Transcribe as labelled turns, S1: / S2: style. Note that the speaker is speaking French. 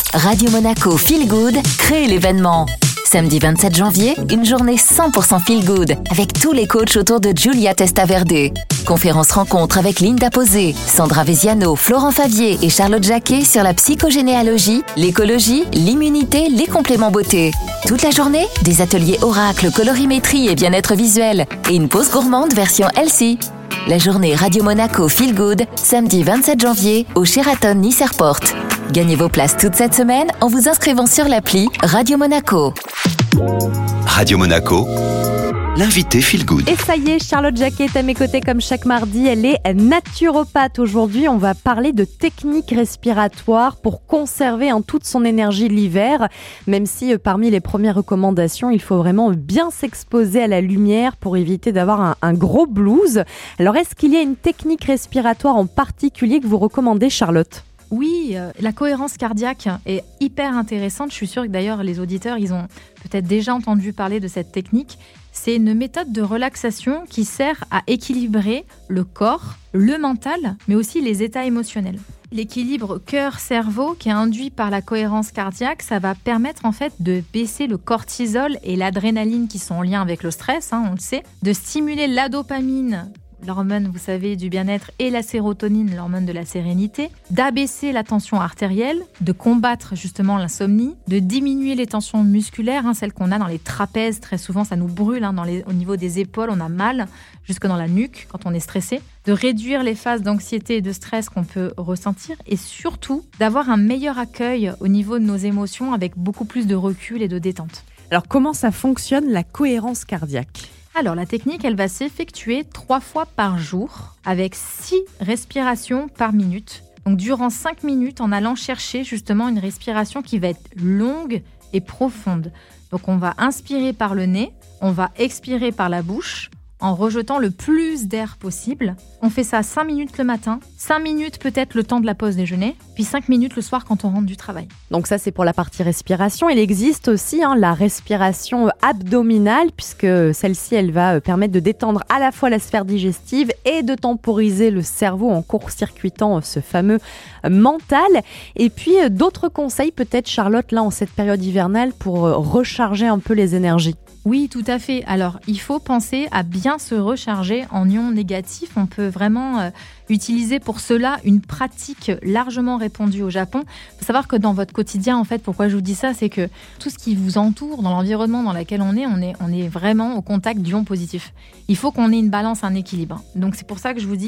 S1: Radio Monaco Feel Good crée l'événement. Samedi 27 janvier, une journée 100% Feel Good avec tous les coachs autour de Giulia Testaverde. Conférence rencontre avec Linda Posé, Sandra Veziano, Florent Favier et Charlotte Jacquet sur la psychogénéalogie, l'écologie, l'immunité, les compléments beauté. Toute la journée, des ateliers oracle, colorimétrie et bien-être visuel et une pause gourmande version Elsie. La journée Radio Monaco Feel Good, samedi 27 janvier au Sheraton Nice Airport. Gagnez vos places toute cette semaine en vous inscrivant sur l'appli Radio Monaco.
S2: Radio Monaco, l'invité Feel Good.
S3: Et ça y est, Charlotte Jacquet est à mes côtés comme chaque mardi. Elle est naturopathe. Aujourd'hui, on va parler de techniques respiratoires pour conserver toute son énergie l'hiver. Même si parmi les premières recommandations, il faut vraiment bien s'exposer à la lumière pour éviter d'avoir un gros blues. Alors, est-ce qu'il y a une technique respiratoire en particulier que vous recommandez, Charlotte ?
S4: Oui, la cohérence cardiaque est hyper intéressante. Je suis sûre que d'ailleurs les auditeurs, ils ont peut-être déjà entendu parler de cette technique. C'est une méthode de relaxation qui sert à équilibrer le corps, le mental, mais aussi les états émotionnels. L'équilibre cœur-cerveau qui est induit par la cohérence cardiaque, ça va permettre en fait de baisser le cortisol et l'adrénaline qui sont en lien avec le stress, on le sait, de stimuler la dopamine, l'hormone, vous savez, du bien-être, et la sérotonine, l'hormone de la sérénité, d'abaisser la tension artérielle, de combattre justement l'insomnie, de diminuer les tensions musculaires, celles qu'on a dans les trapèzes, très souvent ça nous brûle, au niveau des épaules, on a mal, jusque dans la nuque quand on est stressé, de réduire les phases d'anxiété et de stress qu'on peut ressentir, et surtout d'avoir un meilleur accueil au niveau de nos émotions avec beaucoup plus de recul et de détente.
S3: Alors comment ça fonctionne la cohérence cardiaque ?
S4: Alors, la technique, elle va s'effectuer 3 fois par jour avec 6 respirations par minute. Donc, durant 5 minutes, en allant chercher justement une respiration qui va être longue et profonde. Donc, on va inspirer par le nez, on va expirer par la bouche en rejetant le plus d'air possible. On fait ça 5 minutes le matin, 5 minutes peut-être le temps de la pause déjeuner, puis 5 minutes le soir quand on rentre du travail.
S3: Donc ça, c'est pour la partie respiration. Il existe aussi la respiration abdominale, puisque celle-ci, elle va permettre de détendre à la fois la sphère digestive et de temporiser le cerveau en court-circuitant ce fameux mental. Et puis, d'autres conseils peut-être, Charlotte, là, en cette période hivernale, pour recharger un peu les énergies.
S4: Oui, tout à fait. Alors, il faut penser à bien se recharger en ions négatifs. On peut vraiment utiliser pour cela une pratique largement répandue au Japon. Il faut savoir que dans votre quotidien, en fait, pourquoi je vous dis ça, c'est que tout ce qui vous entoure, dans l'environnement dans lequel on est vraiment au contact d'ions positifs. Il faut qu'on ait une balance, un équilibre. Donc, c'est pour ça que je vous dis